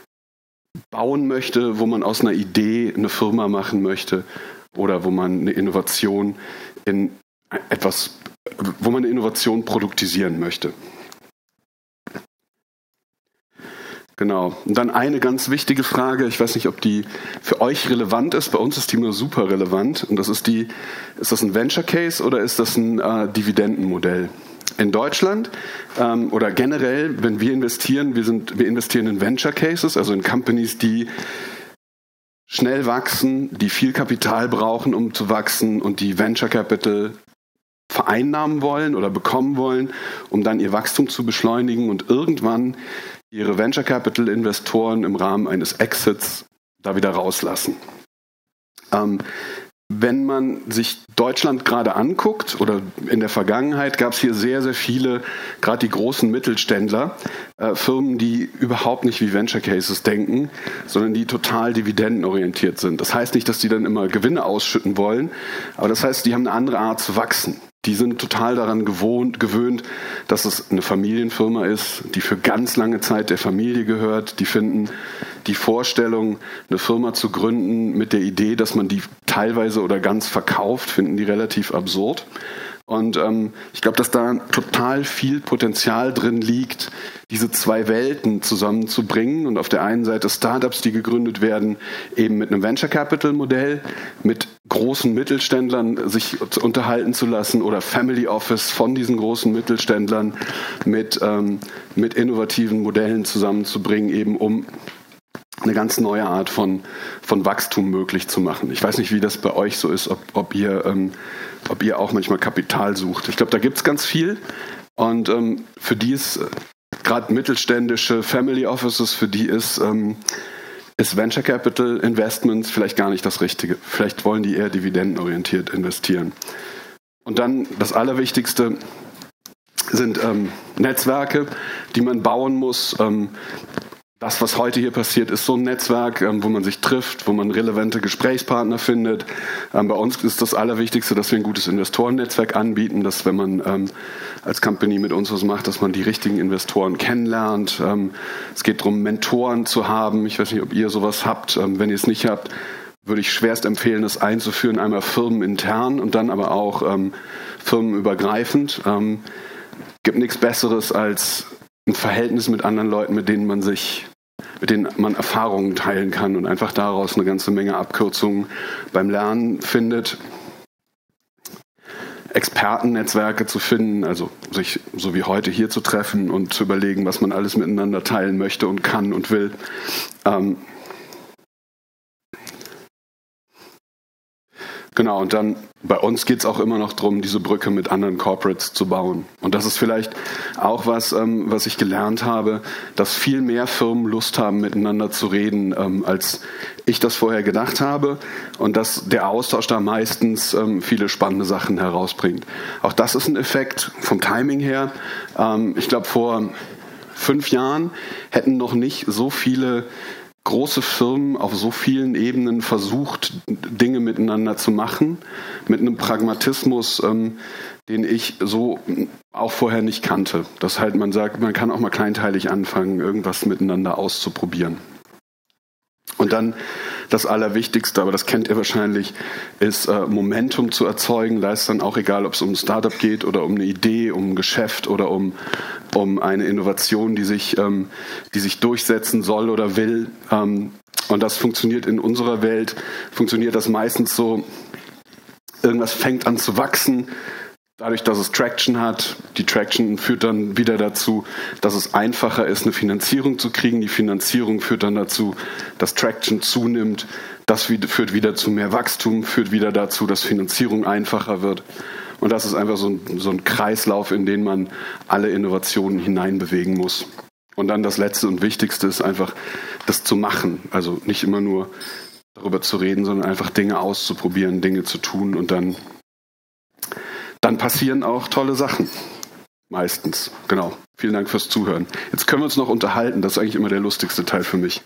bauen möchte, wo man aus einer Idee eine Firma machen möchte oder wo man eine Innovation in etwas, wo man eine Innovation produktisieren möchte. Genau. Und dann eine ganz wichtige Frage, ich weiß nicht, ob die für euch relevant ist, bei uns ist die nur super relevant, und das ist die, ist das ein Venture Case oder ist das ein äh, Dividendenmodell? In Deutschland ähm, oder generell, wenn wir investieren, wir, sind, wir investieren in Venture Cases, also in Companies, die schnell wachsen, die viel Kapital brauchen, um zu wachsen und die Venture Capital vereinnahmen wollen oder bekommen wollen, um dann ihr Wachstum zu beschleunigen und irgendwann ihre Venture Capital Investoren im Rahmen eines Exits da wieder rauslassen. Ähm, Wenn man sich Deutschland gerade anguckt, oder in der Vergangenheit gab es hier sehr, sehr viele, gerade die großen Mittelständler, äh, Firmen, die überhaupt nicht wie Venture Cases denken, sondern die total dividendenorientiert sind. Das heißt nicht, dass die dann immer Gewinne ausschütten wollen, aber das heißt, die haben eine andere Art zu wachsen. Die sind total daran gewohnt, gewöhnt, dass es eine Familienfirma ist, die für ganz lange Zeit der Familie gehört. Die finden die Vorstellung, eine Firma zu gründen mit der Idee, dass man die teilweise oder ganz verkauft, finden die relativ absurd. Und ähm, ich glaube, dass da total viel Potenzial drin liegt, diese zwei Welten zusammenzubringen. Und auf der einen Seite Startups, die gegründet werden, eben mit einem Venture Capital Modell, mit großen Mittelständlern sich unterhalten zu lassen oder Family Office von diesen großen Mittelständlern mit, ähm, mit innovativen Modellen zusammenzubringen, eben um eine ganz neue Art von, von Wachstum möglich zu machen. Ich weiß nicht, wie das bei euch so ist, ob, ob, ihr, ähm, ob ihr auch manchmal Kapital sucht. Ich glaube, da gibt es ganz viel. Und ähm, für die ist äh, gerade mittelständische Family Offices, für die ist, ähm, ist Venture Capital Investments vielleicht gar nicht das Richtige. Vielleicht wollen die eher dividendenorientiert investieren. Und dann das Allerwichtigste sind ähm, Netzwerke, die man bauen muss. Ähm, Das, was heute hier passiert, ist so ein Netzwerk, wo man sich trifft, wo man relevante Gesprächspartner findet. Bei uns ist das Allerwichtigste, dass wir ein gutes Investorennetzwerk anbieten, dass wenn man als Company mit uns was macht, dass man die richtigen Investoren kennenlernt. Es geht darum, Mentoren zu haben. Ich weiß nicht, ob ihr sowas habt. Wenn ihr es nicht habt, würde ich schwerst empfehlen, das einzuführen, einmal firmenintern und dann aber auch firmenübergreifend. Es gibt nichts Besseres als ein Verhältnis mit anderen Leuten, mit denen man sich mit denen man Erfahrungen teilen kann und einfach daraus eine ganze Menge Abkürzungen beim Lernen findet. Expertennetzwerke zu finden, also sich so wie heute hier zu treffen und zu überlegen, was man alles miteinander teilen möchte und kann und will. Ähm Genau, und dann bei uns geht es auch immer noch darum, diese Brücke mit anderen Corporates zu bauen. Und das ist vielleicht auch was, ähm, was ich gelernt habe, dass viel mehr Firmen Lust haben, miteinander zu reden, ähm, als ich das vorher gedacht habe. Und dass der Austausch da meistens ähm, viele spannende Sachen herausbringt. Auch das ist ein Effekt vom Timing her. Ähm, ich glaube, vor fünf Jahren hätten noch nicht so viele große Firmen auf so vielen Ebenen versucht, Dinge miteinander zu machen, mit einem Pragmatismus, ähm, den ich so auch vorher nicht kannte. Dass halt man sagt, man kann auch mal kleinteilig anfangen, irgendwas miteinander auszuprobieren. Und dann das Allerwichtigste, aber das kennt ihr wahrscheinlich, ist äh, Momentum zu erzeugen. Da ist dann auch egal, ob es um ein Startup geht oder um eine Idee, um ein Geschäft oder um, um eine Innovation, die sich, ähm, die sich durchsetzen soll oder will. Ähm, und das funktioniert in unserer Welt, funktioniert das meistens so, irgendwas fängt an zu wachsen, dadurch, dass es Traction hat. Die Traction führt dann wieder dazu, dass es einfacher ist, eine Finanzierung zu kriegen. Die Finanzierung führt dann dazu, dass Traction zunimmt. Das führt wieder zu mehr Wachstum, führt wieder dazu, dass Finanzierung einfacher wird. Und das ist einfach so ein, so ein Kreislauf, in den man alle Innovationen hineinbewegen muss. Und dann das Letzte und Wichtigste ist einfach, das zu machen. Also nicht immer nur darüber zu reden, sondern einfach Dinge auszuprobieren, Dinge zu tun und dann Dann passieren auch tolle Sachen. Meistens. Genau. Vielen Dank fürs Zuhören. Jetzt können wir uns noch unterhalten. Das ist eigentlich immer der lustigste Teil für mich.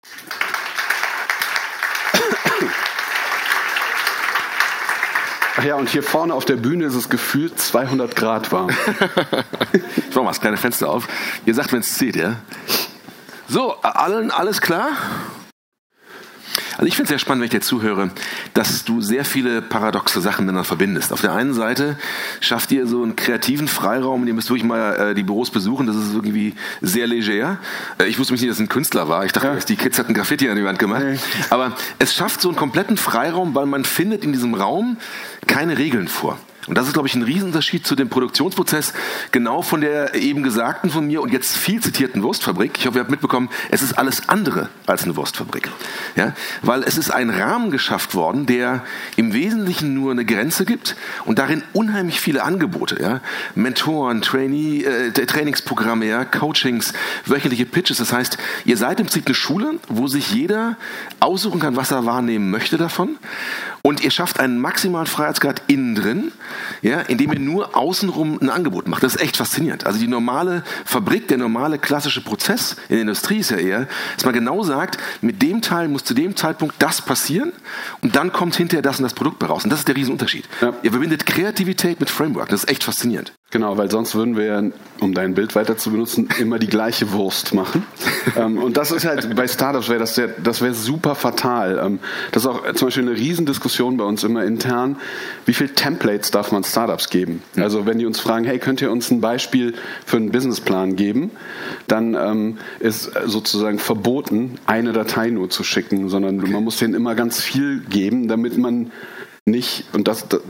Ach ja, und hier vorne auf der Bühne ist es gefühlt zweihundert Grad warm.
Ich mach mal das kleine Fenster auf. Ihr sagt, wenn es zählt, ja? So, allen alles klar? Also ich finde es sehr spannend, wenn ich dir zuhöre, dass du sehr viele paradoxe Sachen miteinander verbindest. Auf der einen Seite schafft ihr so einen kreativen Freiraum, in dem müsst du wirklich mal äh, die Büros besuchen, das ist irgendwie sehr leger. Äh, ich wusste nicht, dass es ein Künstler war. Ich dachte, ja. die Kids hatten Graffiti an die Wand gemacht. Nee. Aber es schafft so einen kompletten Freiraum, weil man findet in diesem Raum keine Regeln vor. Und das ist, glaube ich, ein Riesenunterschied zu dem Produktionsprozess, genau von der eben gesagten von mir und jetzt viel zitierten Wurstfabrik. Ich hoffe, ihr habt mitbekommen, es ist alles andere als eine Wurstfabrik. Ja? Weil es ist ein Rahmen geschafft worden, der im Wesentlichen nur eine Grenze gibt und darin unheimlich viele Angebote. Ja? Mentoren, Trainee, äh, Trainingsprogramme, ja? Coachings, wöchentliche Pitches. Das heißt, ihr seid im Prinzip eine Schule, wo sich jeder aussuchen kann, was er wahrnehmen möchte davon. Und ihr schafft einen maximalen Freiheitsgrad innen drin, ja, indem ihr nur außenrum ein Angebot macht. Das ist echt faszinierend. Also die normale Fabrik, der normale klassische Prozess in der Industrie ist ja eher, dass man genau sagt, mit dem Teil muss zu dem Zeitpunkt das passieren und dann kommt hinterher das und das Produkt raus. Und das ist der Riesenunterschied. Ja. Ihr verbindet Kreativität mit Framework. Das ist echt faszinierend.
Genau, weil sonst würden wir ja, um dein Bild weiter zu benutzen, immer die gleiche Wurst machen. ähm, und das ist halt, bei Startups wäre das, das wäre super fatal. Ähm, das ist auch zum Beispiel eine Riesendiskussion bei uns immer intern. Wie viele Templates darf man Startups geben? Mhm. Also wenn die uns fragen, hey, könnt ihr uns ein Beispiel für einen Businessplan geben? Dann ähm, ist sozusagen verboten, eine Datei nur zu schicken, sondern okay. man muss denen immer ganz viel geben, damit man nicht, und das, das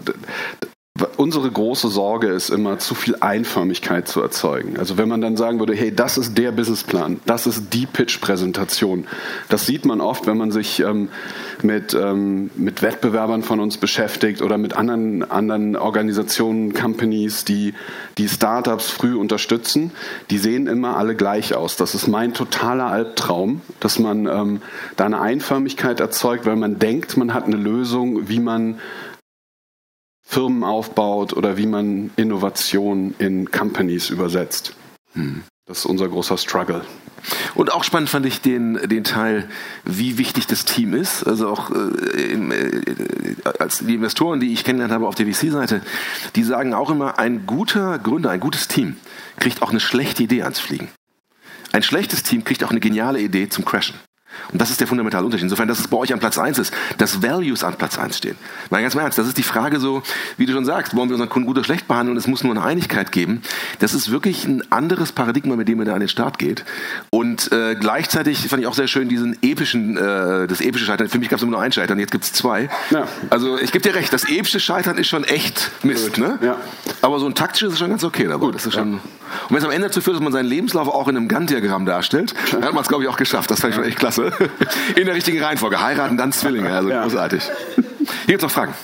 unsere große Sorge ist immer, zu viel Einförmigkeit zu erzeugen. Also wenn man dann sagen würde, hey, das ist der Businessplan, das ist die Pitch-Präsentation. Das sieht man oft, wenn man sich ähm, mit, ähm, mit Wettbewerbern von uns beschäftigt oder mit anderen, anderen Organisationen, Companies, die, die Startups früh unterstützen. Die sehen immer alle gleich aus. Das ist mein totaler Albtraum, dass man ähm, da eine Einförmigkeit erzeugt, weil man denkt, man hat eine Lösung, wie man Firmen aufbaut oder wie man Innovation in Companies übersetzt. Hm. Das ist unser großer Struggle.
Und auch spannend fand ich den, den Teil, wie wichtig das Team ist. Also auch äh, im, äh, als die Investoren, die ich kennengelernt habe auf der V C-Seite, die sagen auch immer, ein guter Gründer, ein gutes Team kriegt auch eine schlechte Idee ans Fliegen. Ein schlechtes Team kriegt auch eine geniale Idee zum Crashen. Und das ist der fundamentale Unterschied. Insofern, dass es bei euch an Platz eins ist, dass Values an Platz eins stehen. Mal ganz im Ernst, das ist die Frage so, wie du schon sagst, wollen wir unseren Kunden gut oder schlecht behandeln und es muss nur eine Einigkeit geben. Das ist wirklich ein anderes Paradigma, mit dem ihr da an den Start geht. Und äh, gleichzeitig fand ich auch sehr schön diesen epischen, äh, das epische Scheitern. Für mich gab es immer nur ein Scheitern, jetzt gibt es zwei. Ja. Also ich gebe dir recht, das epische Scheitern ist schon echt Mist. Ne? Ja. Aber so ein taktisches ist schon ganz okay dabei. Das ist schon. Ja. Und wenn es am Ende dazu führt, dass man seinen Lebenslauf auch in einem Gantt-Diagramm darstellt, dann hat man es, glaube ich, auch geschafft. Das fand ich schon echt klasse. In der richtigen Reihenfolge. Heiraten, dann Zwillinge. Also ja. großartig. Hier gibt es noch Fragen.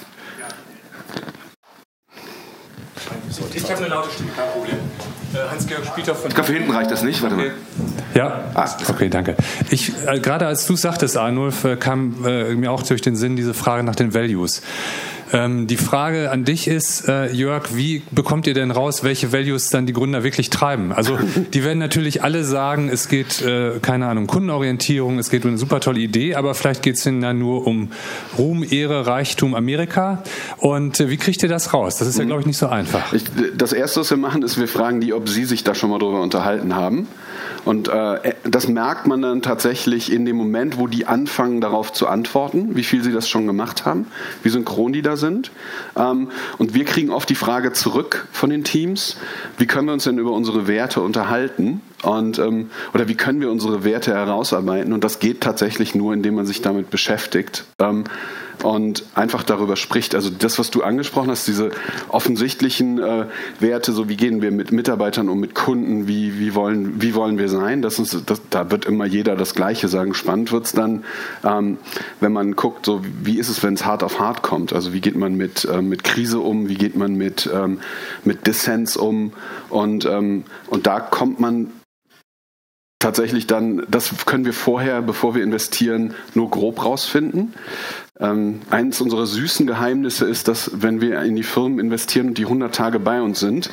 Ich habe eine laute Stimme, kein Problem. Hans-Georg Spieter von...
Ich glaube, für hinten reicht das nicht. Warte
okay.
mal.
Ja, ah, okay, danke. Ich, äh, gerade als du sagtest, Arnulf, äh, kam äh, mir auch durch den Sinn diese Frage nach den Values. Ähm, die Frage an dich ist, äh, Jörg, wie bekommt ihr denn raus, welche Values dann die Gründer wirklich treiben? Also die werden natürlich alle sagen, es geht, äh, keine Ahnung, Kundenorientierung, es geht um eine super tolle Idee, aber vielleicht geht es ihnen dann nur um Ruhm, Ehre, Reichtum, Amerika. Und äh, wie kriegt ihr das raus? Das ist ja, glaube ich, nicht so einfach.
Ich, das Erste, was wir machen, ist, wir fragen die, ob sie sich da schon mal drüber unterhalten haben. Und äh, das merkt man dann tatsächlich in dem Moment, wo die anfangen, darauf zu antworten, wie viel sie das schon gemacht haben, wie synchron die da sind. Ähm, und wir kriegen oft die Frage zurück von den Teams, wie können wir uns denn über unsere Werte unterhalten? Und, ähm, oder wie können wir unsere Werte herausarbeiten? Und das geht tatsächlich nur, indem man sich damit beschäftigt. Ähm, und einfach darüber spricht. Also das, was du angesprochen hast, diese offensichtlichen äh, Werte, so wie gehen wir mit Mitarbeitern um, mit Kunden, wie, wie, wollen, wie wollen wir sein, das ist, das, da wird immer jeder das Gleiche sagen. Spannend wird's dann, ähm, wenn man guckt, so wie ist es, wenn es hart auf hart kommt. Also wie geht man mit, äh, mit Krise um, wie geht man mit, ähm, mit Dissens um und, ähm, und da kommt man tatsächlich dann, das können wir vorher, bevor wir investieren, nur grob rausfinden. Ähm, eines unserer süßen Geheimnisse ist, dass wenn wir in die Firmen investieren und die hundert Tage bei uns sind,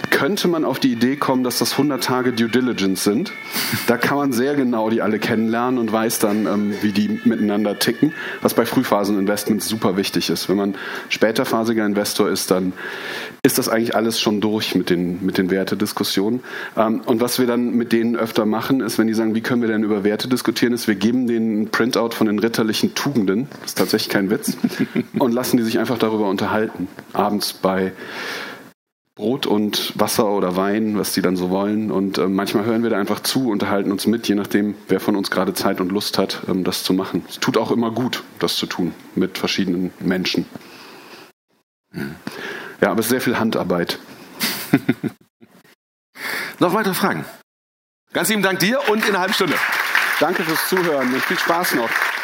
könnte man auf die Idee kommen, dass das hundert Tage Due Diligence sind. Da kann man sehr genau die alle kennenlernen und weiß dann, ähm, wie die miteinander ticken, was bei Frühphasen-Investments super wichtig ist. Wenn man späterphasiger Investor ist, dann ist das eigentlich alles schon durch mit den, mit den Wertediskussionen. Ähm, und was wir dann mit denen öfter machen, ist, wenn die sagen, wie können wir denn über Werte diskutieren, ist, wir geben denen ein Printout von den ritterlichen Tugenden, das ist tatsächlich kein Witz, und lassen die sich einfach darüber unterhalten. Abends bei Brot und Wasser oder Wein, was die dann so wollen. Und äh, manchmal hören wir da einfach zu, unterhalten uns mit, je nachdem, wer von uns gerade Zeit und Lust hat, ähm, das zu machen. Es tut auch immer gut, das zu tun mit verschiedenen Menschen. Ja, aber es ist sehr viel Handarbeit.
Noch weitere Fragen? Ganz lieben Dank dir und in einer halben Stunde.
Danke fürs Zuhören und viel Spaß noch.